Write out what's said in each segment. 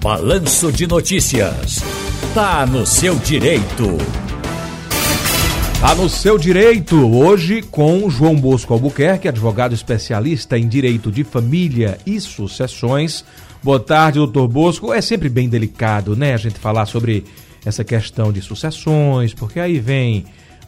Balanço de Notícias. Tá no seu direito. Tá no seu direito, hoje com João Bosco Albuquerque, advogado especialista em direito de família e sucessões. Boa tarde, doutor Bosco. É sempre bem delicado, né, a gente falar sobre essa questão de sucessões, porque aí vem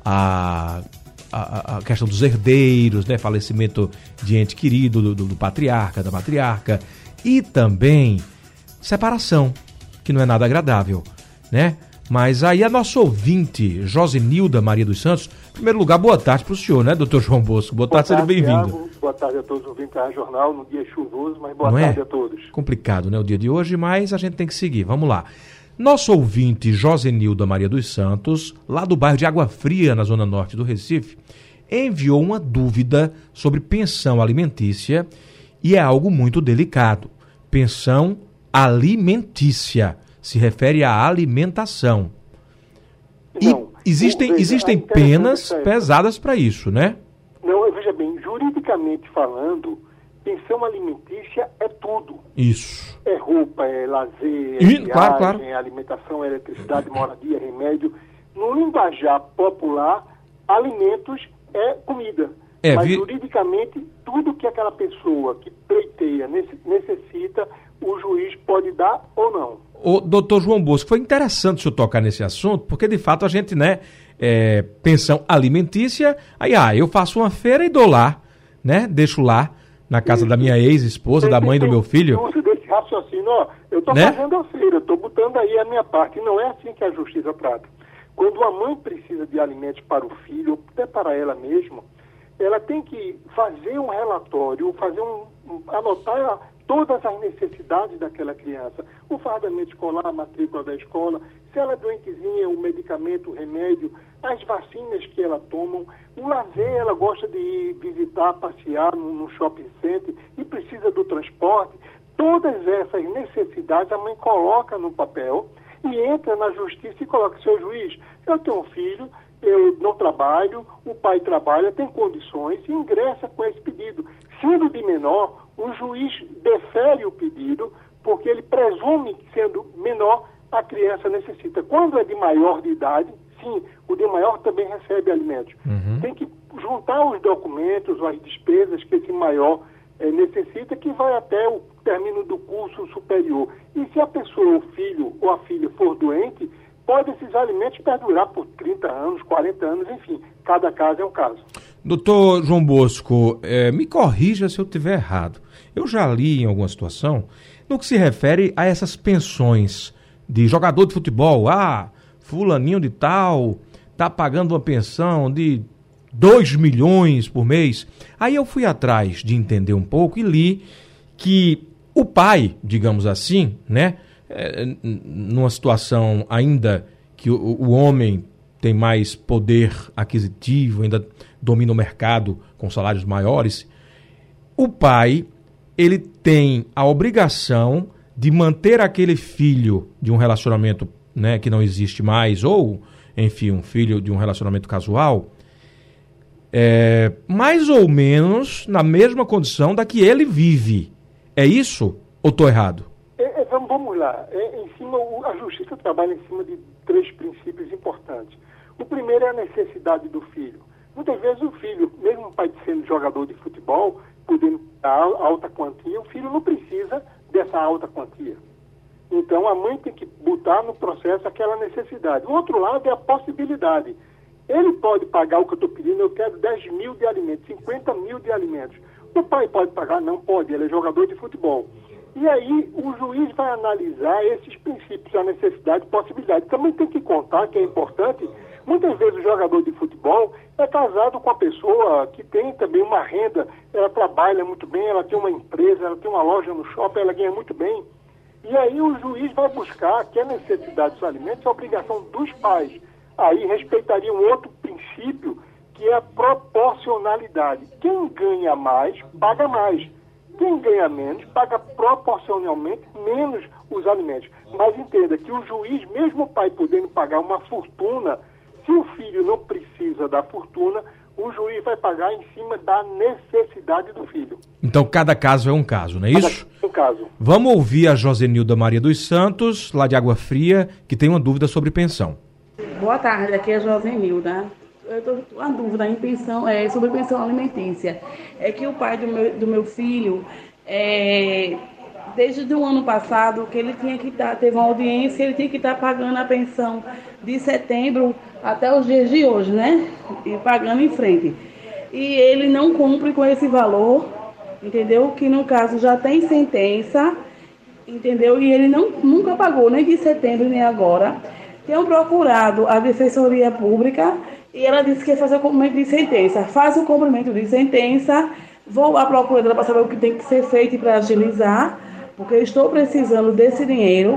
a questão dos herdeiros, né, falecimento de ente querido do patriarca, da matriarca, e também separação, que não é nada agradável, né? Mas aí a nossa ouvinte, Josenilda Maria dos Santos, em primeiro lugar, boa tarde para o senhor, né, doutor João Bosco? Boa tarde, seja bem-vindo. Boa tarde a todos os ouvintes da Jornal, no dia chuvoso, mas boa tarde a todos. Complicado, né, o dia de hoje, mas a gente tem que seguir, vamos lá. Nosso ouvinte, Josenilda Maria dos Santos, lá do bairro de Água Fria, na zona norte do Recife, enviou uma dúvida sobre pensão alimentícia e é algo muito delicado. Pensão alimentícia se refere à alimentação. Não, e existem penas pesadas para isso, né? Não, veja bem, juridicamente falando, pensão alimentícia é tudo. Isso. É roupa, é lazer, é viagem, claro. é alimentação, é eletricidade, moradia, remédio. No linguajar popular, alimentos é comida. Mas juridicamente, tudo que aquela pessoa que pleiteia necessita, o juiz pode dar ou não. O doutor João Bosco, foi interessante o senhor tocar nesse assunto, porque de fato a gente, né, pensão alimentícia, aí eu faço uma feira e dou lá, né, deixo lá na casa da minha ex-esposa, da mãe do meu filho. Desse raciocínio, eu estou fazendo a feira, estou botando aí a minha parte, não é assim que a justiça trata. Quando a mãe precisa de alimentos para o filho, ou até para ela mesma, ela tem que fazer um relatório, anotar todas as necessidades daquela criança. O fardamento escolar, a matrícula da escola, se ela é doentezinha, o medicamento, o remédio, as vacinas que ela toma, o lazer, ela gosta de ir visitar, passear no shopping center e precisa do transporte. Todas essas necessidades a mãe coloca no papel e entra na justiça e coloca: seu juiz, eu tenho um filho, eu não trabalho, o pai trabalha, tem condições, e ingressa com esse pedido. Sendo de menor, o juiz defere o pedido, porque ele presume que, sendo menor, a criança necessita. Quando é de maior de idade, sim, o de maior também recebe alimentos. Tem que juntar os documentos, as despesas que esse maior necessita, que vai até o término do curso superior. E se a pessoa, o filho ou a filha for doente, pode esses alimentos perdurar por 30 anos, 40 anos, enfim, cada caso é um caso. Doutor João Bosco, me corrija se eu estiver errado. Eu já li em alguma situação, no que se refere a essas pensões de jogador de futebol, fulaninho de tal, tá pagando uma pensão de 2 milhões por mês. Aí eu fui atrás de entender um pouco e li que o pai, digamos assim, né, numa situação ainda que o homem tem mais poder aquisitivo, ainda domina o mercado com salários maiores, o pai, ele tem a obrigação de manter aquele filho de um relacionamento, né, que não existe mais, ou, enfim, um filho de um relacionamento casual, mais ou menos na mesma condição da que ele vive. É isso ou estou errado? Vamos lá. A justiça trabalha em cima de 3 princípios importantes. O primeiro é a necessidade do filho. Muitas vezes o filho, mesmo o pai sendo jogador de futebol, podendo dar alta quantia, o filho não precisa dessa alta quantia. Então a mãe tem que botar no processo aquela necessidade. O outro lado é a possibilidade. Ele pode pagar o que eu estou pedindo, eu quero 10 mil de alimentos, 50 mil de alimentos. O pai pode pagar? Não pode, ele é jogador de futebol. E aí o juiz vai analisar esses princípios, a necessidade e possibilidade. Também tem que contar, que é importante, muitas vezes o jogador de futebol é casado com a pessoa que tem também uma renda, ela trabalha muito bem, ela tem uma empresa, ela tem uma loja no shopping, ela ganha muito bem. E aí o juiz vai buscar que a necessidade dos alimentos é a obrigação dos pais. Aí respeitaria um outro princípio, que é a proporcionalidade. Quem ganha mais, paga mais. Quem ganha menos, paga proporcionalmente menos os alimentos. Mas entenda que o juiz, mesmo o pai podendo pagar uma fortuna, se o filho não precisa da fortuna, o juiz vai pagar em cima da necessidade do filho. Então, cada caso é um caso, não é isso? Um caso. Vamos ouvir a Josenilda Maria dos Santos, lá de Água Fria, que tem uma dúvida sobre pensão. Boa tarde, aqui é a Josenilda. Eu estou com uma dúvida em pensão, sobre pensão alimentícia. É que o pai do meu filho, desde o ano passado, que ele tinha que teve uma audiência, ele tinha que estar pagando a pensão de setembro até os dias de hoje, né? E pagando em frente. E ele não cumpre com esse valor, entendeu? Que no caso já tem sentença, entendeu? E ele nunca pagou, nem de setembro nem agora. Tenho procurado a Defensoria Pública e ela disse que ia fazer o cumprimento de sentença. Faz o cumprimento de sentença, vou à procura dela para saber o que tem que ser feito para agilizar, porque eu estou precisando desse dinheiro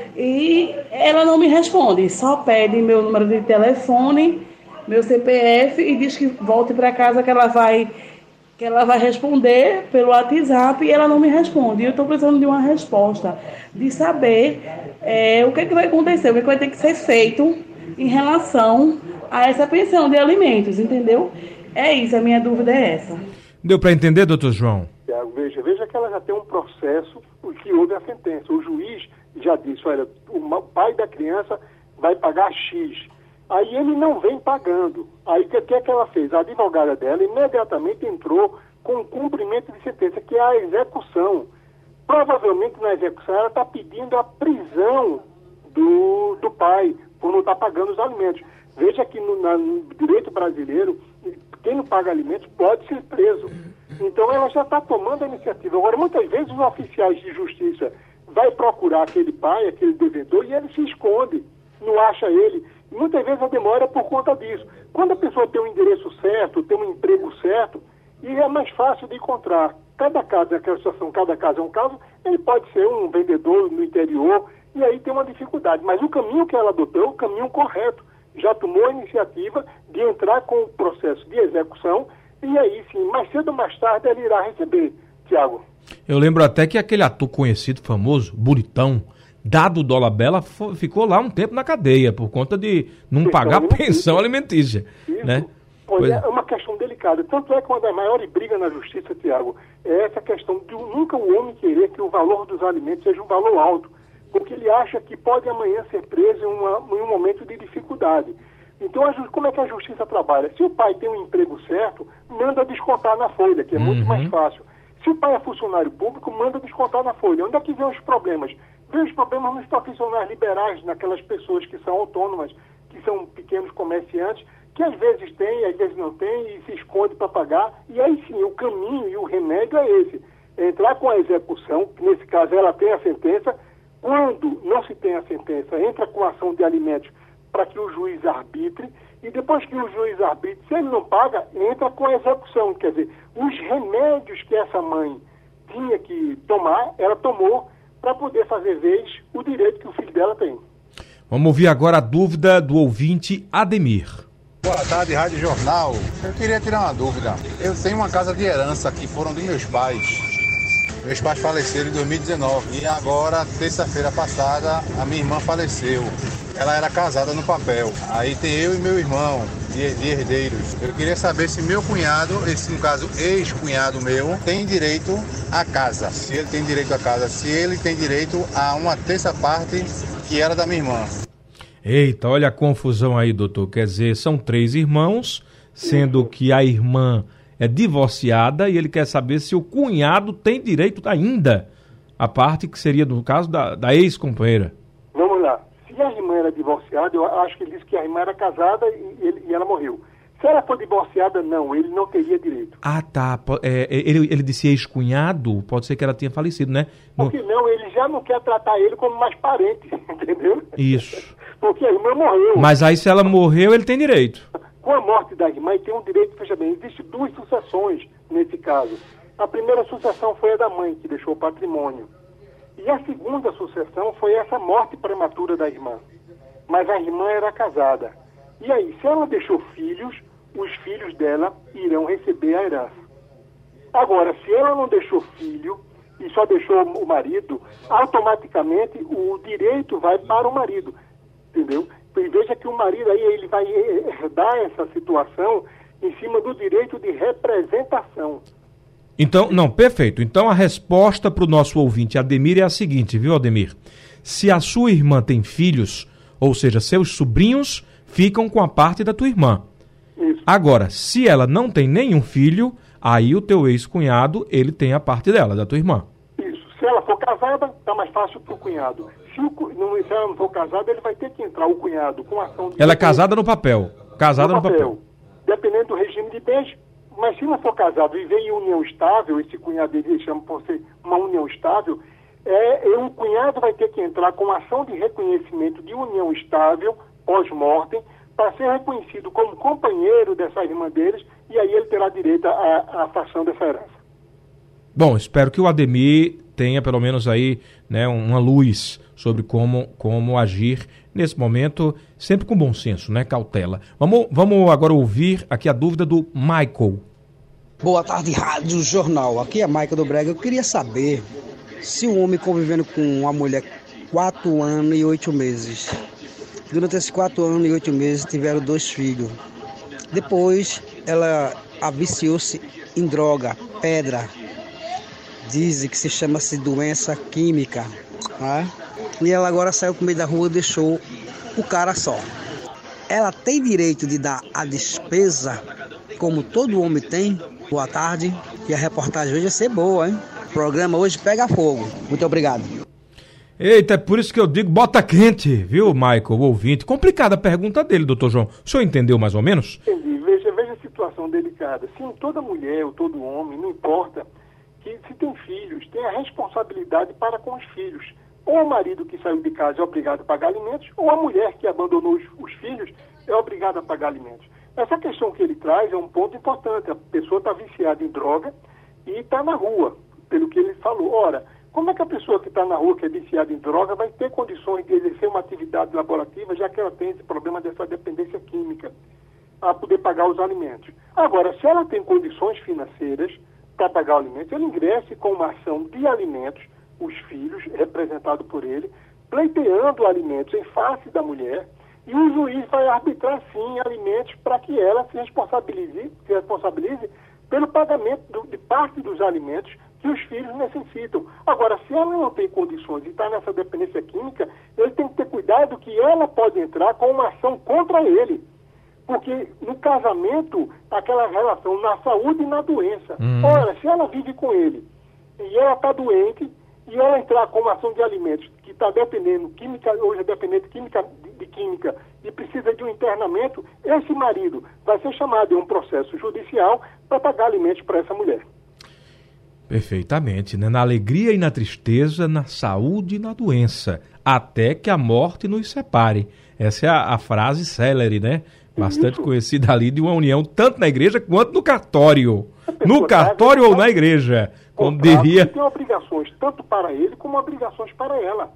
e ela não me responde, só pede meu número de telefone, meu CPF e diz que volte para casa que ela vai responder pelo WhatsApp e ela não me responde. Eu estou precisando de uma resposta, de saber o que vai acontecer, o que vai ter que ser feito em relação a essa pensão de alimentos, entendeu? É isso, a minha dúvida é essa. Deu para entender, doutor João? Veja que ela já tem um processo que houve a sentença. O juiz já disse, olha, o pai da criança vai pagar X. Aí ele não vem pagando. Aí o que é que ela fez? A advogada dela imediatamente entrou com o cumprimento de sentença, que é a execução. Provavelmente na execução ela está pedindo a prisão do pai por não estar pagando os alimentos. Veja que no direito brasileiro, quem não paga alimentos pode ser preso. Então ela já está tomando a iniciativa. Agora, muitas vezes os oficiais de justiça vai procurar aquele pai, aquele devedor, e ele se esconde, não acha ele. Muitas vezes a demora é por conta disso. Quando a pessoa tem um endereço certo, tem um emprego certo, e é mais fácil de encontrar. Cada caso, naquela situação, cada caso é um caso, ele pode ser um vendedor no interior, e aí tem uma dificuldade. Mas o caminho que ela adotou é o caminho correto. Já tomou a iniciativa de entrar com o processo de execução, e aí sim, mais cedo ou mais tarde, ele irá receber, Tiago. Eu lembro até que aquele ator conhecido, famoso, Buritão, Dado Dolabella, ficou lá um tempo na cadeia por conta de não pagar pensão alimentícia. Isso. Né? Olha, é uma questão delicada. Tanto é que uma das maiores brigas na justiça, Tiago, é essa questão de nunca o homem querer que o valor dos alimentos seja um valor alto, porque ele acha que pode amanhã ser preso em um momento de dificuldade. Então, como é que a justiça trabalha? Se o pai tem um emprego certo, manda descontar na folha, que é muito mais fácil. Se o pai é funcionário público, manda descontar na folha. Onde é que vem os problemas? Vem os problemas nos profissionais liberais, naquelas pessoas que são autônomas, que são pequenos comerciantes, que às vezes tem, às vezes não tem, e se esconde para pagar. E aí sim, o caminho e o remédio é esse. É entrar com a execução, que nesse caso ela tem a sentença. Quando não se tem a sentença, entra com a ação de alimentos para que o juiz arbitre, e depois que o juiz arbitre, se ele não paga, entra com a execução. Quer dizer, os remédios que essa mãe tinha que tomar, ela tomou para poder fazer vez o direito que o filho dela tem. Vamos ouvir agora a dúvida do ouvinte Ademir. Boa tarde, Rádio Jornal. Eu queria tirar uma dúvida. Eu tenho uma casa de herança que foram de meus pais. Meus pais faleceram em 2019 e agora, terça-feira passada, a minha irmã faleceu. Ela era casada no papel. Aí tem eu e meu irmão de herdeiros. Eu queria saber se meu cunhado, esse no caso ex-cunhado meu, tem direito à casa. Se ele tem direito à casa, se ele tem direito a uma terça parte que era da minha irmã. Eita, olha a confusão aí, doutor. Quer dizer, são 3 irmãos, sendo que a irmã é divorciada e ele quer saber se o cunhado tem direito ainda à parte que seria, no caso, da ex-companheira. Vamos lá. Se a irmã era divorciada, eu acho que ele disse que a irmã era casada e ela morreu. Se ela for divorciada, não, ele não teria direito. Ah, tá. Ele disse ex-cunhado, pode ser que ela tenha falecido, né? Porque não, ele já não quer tratar ele como mais parente, entendeu? Isso. Porque a irmã morreu. Mas aí se ela morreu, ele tem direito. Com a morte da irmã, ele tem um direito, veja bem, existem 2 sucessões nesse caso. A primeira sucessão foi a da mãe, que deixou o patrimônio. E a segunda sucessão foi essa morte prematura da irmã. Mas a irmã era casada. E aí, se ela deixou filhos, os filhos dela irão receber a herança. Agora, se ela não deixou filho e só deixou o marido, automaticamente o direito vai para o marido, entendeu? E veja que o marido aí ele vai herdar essa situação em cima do direito de representação. Então, não, perfeito. Então a resposta para o nosso ouvinte Ademir é a seguinte, viu, Ademir? Se a sua irmã tem filhos, ou seja, seus sobrinhos ficam com a parte da tua irmã. Isso. Agora, se ela não tem nenhum filho, aí o teu ex-cunhado, ele tem a parte dela, da tua irmã. Isso. Se ela for casada, está mais fácil para o cunhado. Se ela não for casada, ele vai ter que entrar, o cunhado, com ação de... Ela é casada no papel. Casada no papel. Dependendo do regime de bens. Mas se não for casado e viver em união estável, esse cunhado ele chama por ser uma união estável, o cunhado vai ter que entrar com ação de reconhecimento de união estável, pós-mortem, para ser reconhecido como companheiro dessa irmã deles, e aí ele terá direito à fração dessa herança. Bom, espero que o Ademir tenha pelo menos aí, né, uma luz sobre como agir nesse momento, sempre com bom senso, né, cautela. Vamos agora ouvir aqui a dúvida do Michael. Boa tarde, Rádio Jornal. Aqui é Michael do Brega. Eu queria saber se um homem convivendo com uma mulher 4 anos e 8 meses. Durante esses 4 anos e 8 meses tiveram 2 filhos. Depois ela viciou-se em droga, pedra. Dizem que se chama-se doença química, né? E ela agora saiu com meio da rua e deixou o cara só. Ela tem direito de dar a despesa, como todo homem tem? Boa tarde. E a reportagem hoje vai ser boa, hein? O programa hoje pega fogo. Muito obrigado. Eita, é por isso que eu digo, bota quente, viu, Michael, o ouvinte? Complicada a pergunta dele, doutor João. O senhor entendeu mais ou menos? Entendi. Veja a situação delicada. Se toda mulher ou todo homem, não importa, que se tem filhos, tem a responsabilidade para com os filhos. Ou o marido que saiu de casa é obrigado a pagar alimentos, ou a mulher que abandonou os filhos é obrigada a pagar alimentos. Essa questão que ele traz é um ponto importante. A pessoa está viciada em droga e está na rua, pelo que ele falou. Ora, como é que a pessoa que está na rua, que é viciada em droga, vai ter condições de exercer uma atividade laborativa, já que ela tem esse problema dessa dependência química, a poder pagar os alimentos? Agora, se ela tem condições financeiras para pagar os alimentos, ele ingresse com uma ação de alimentos, os filhos, representado por ele, pleiteando alimentos em face da mulher, e o juiz vai arbitrar, sim, alimentos para que ela se responsabilize pelo pagamento de parte dos alimentos que os filhos necessitam. Agora, se ela não tem condições de estar nessa dependência química, ele tem que ter cuidado que ela pode entrar com uma ação contra ele. Porque no casamento, aquela relação na saúde e na doença. Ora, se ela vive com ele e ela está doente, e ela entrar com uma ação de alimentos que está dependendo química, hoje é dependente de química e precisa de um internamento, esse marido vai ser chamado em um processo judicial para pagar alimentos para essa mulher. Perfeitamente, né? Na alegria e na tristeza, na saúde e na doença, até que a morte nos separe. Essa é a frase célere, né? Bastante Isso. Conhecida ali, de uma união tanto na igreja quanto no cartório. No cartório ou na igreja, como diria... Tem obrigações tanto para ele como obrigações para ela.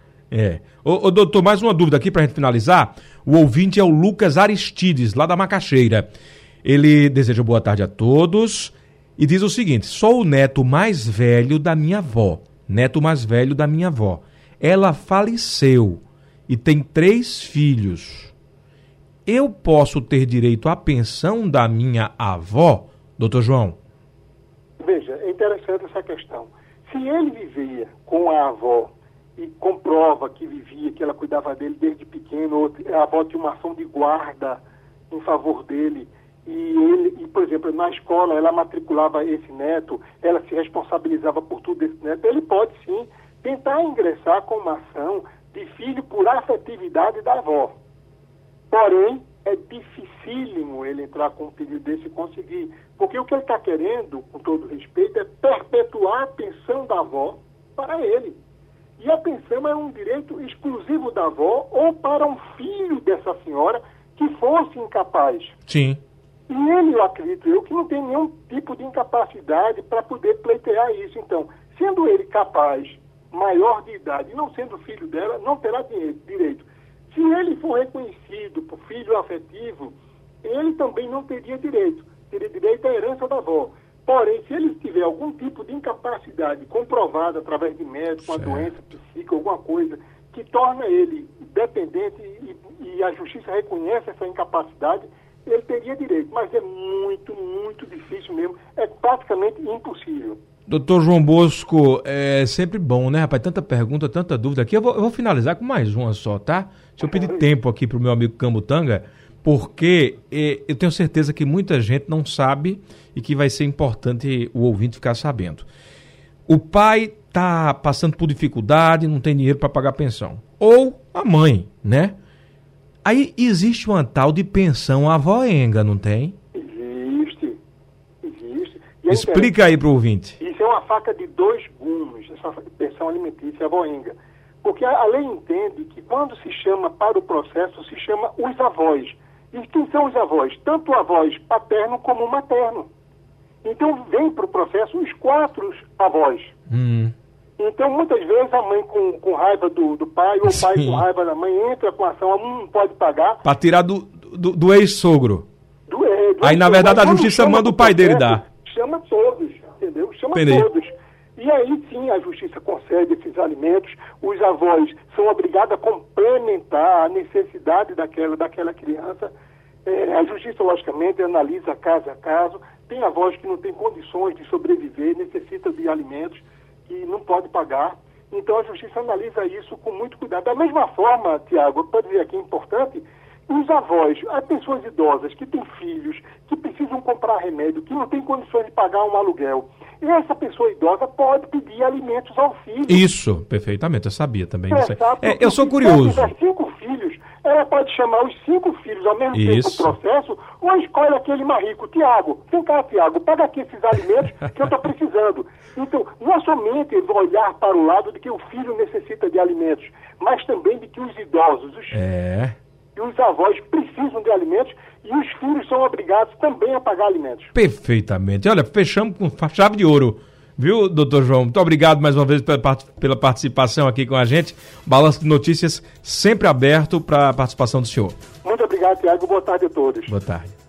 Ô, doutor, mais uma dúvida aqui para a gente finalizar. O ouvinte é o Lucas Aristides, lá da Macaxeira. Ele deseja boa tarde a todos e diz o seguinte: sou o neto mais velho da minha avó. Ela faleceu e tem 3 filhos. Eu posso ter direito à pensão da minha avó, doutor João? Veja, é interessante essa questão. Se ele vivia com a avó e comprova que vivia, que ela cuidava dele desde pequeno, a avó tinha uma ação de guarda em favor dele, e por exemplo, na escola ela matriculava esse neto, ela se responsabilizava por tudo desse neto, ele pode sim tentar ingressar com uma ação de filho por afetividade da avó. Porém, é dificílimo ele entrar com um pedido desse e conseguir, porque o que ele está querendo, com todo respeito, é perpetuar a pensão da avó para ele. E a pensão é um direito exclusivo da avó ou para um filho dessa senhora que fosse incapaz. Sim. E ele, eu acredito que não tem nenhum tipo de incapacidade para poder pleitear isso. Então, sendo ele capaz, maior de idade, e não sendo filho dela, não terá direito. Se ele for reconhecido por filho afetivo, ele também não teria direito. Teria direito à herança da avó. Porém, se ele tiver algum tipo de incapacidade comprovada através de médico, uma doença psíquica, alguma coisa, que torna ele dependente e a justiça reconhece essa incapacidade, ele teria direito, mas é muito, muito difícil mesmo, é praticamente impossível. Doutor João Bosco, é sempre bom, né, rapaz? Tanta pergunta, tanta dúvida aqui. Eu vou finalizar com mais uma só, tá? Deixa eu pedir tempo aqui pro meu amigo Camutanga, porque eu tenho certeza que muita gente não sabe e que vai ser importante o ouvinte ficar sabendo. O pai tá passando por dificuldade, não tem dinheiro para pagar a pensão. Ou a mãe, né? Aí existe uma tal de pensão avoenga, não tem? Existe. Explica aí pro ouvinte. Isso é uma faca de dois gumes, essa pensão alimentícia avoenga. Porque a lei entende que quando se chama para o processo, se chama os avós. E quem são os avós? Tanto avós paterno como materno. Então vem para o processo os 4 avós. Então muitas vezes a mãe com raiva do pai, ou o pai com raiva da mãe, entra com a ação, não pode pagar. Para tirar do ex-sogro. Aí na verdade a justiça manda o pai dele dar. Chama todos, entendeu? Entendi. Todos. E aí sim a justiça concede esses alimentos, os avós são obrigados a complementar a necessidade daquela criança. A justiça, logicamente, analisa caso a caso. Tem avós que não têm condições de sobreviver, necessita de alimentos que não pode pagar. Então a justiça analisa isso com muito cuidado. Da mesma forma, Tiago, pode dizer aqui, é importante, os avós, as pessoas idosas que têm filhos, que precisam comprar remédio, que não têm condições de pagar um aluguel. E essa pessoa idosa pode pedir alimentos ao filho. Isso, perfeitamente, eu sabia também disso. Eu sou curioso. Se tiver 5 filhos, ela pode chamar os 5 filhos ao mesmo tempo do processo, ou escolhe aquele mais rico. Tiago, vem cá, Tiago, paga aqui esses alimentos que eu estou precisando. Então, não é somente olhar para o lado de que o filho necessita de alimentos, mas também de que os idosos, e os avós precisam de alimentos e os filhos são obrigados também a pagar alimentos. Perfeitamente. Olha, fechamos com chave de ouro, viu, doutor João? Muito obrigado mais uma vez pela participação aqui com a gente. Balanço de Notícias sempre aberto para a participação do senhor. Muito obrigado, Tiago. Boa tarde a todos. Boa tarde.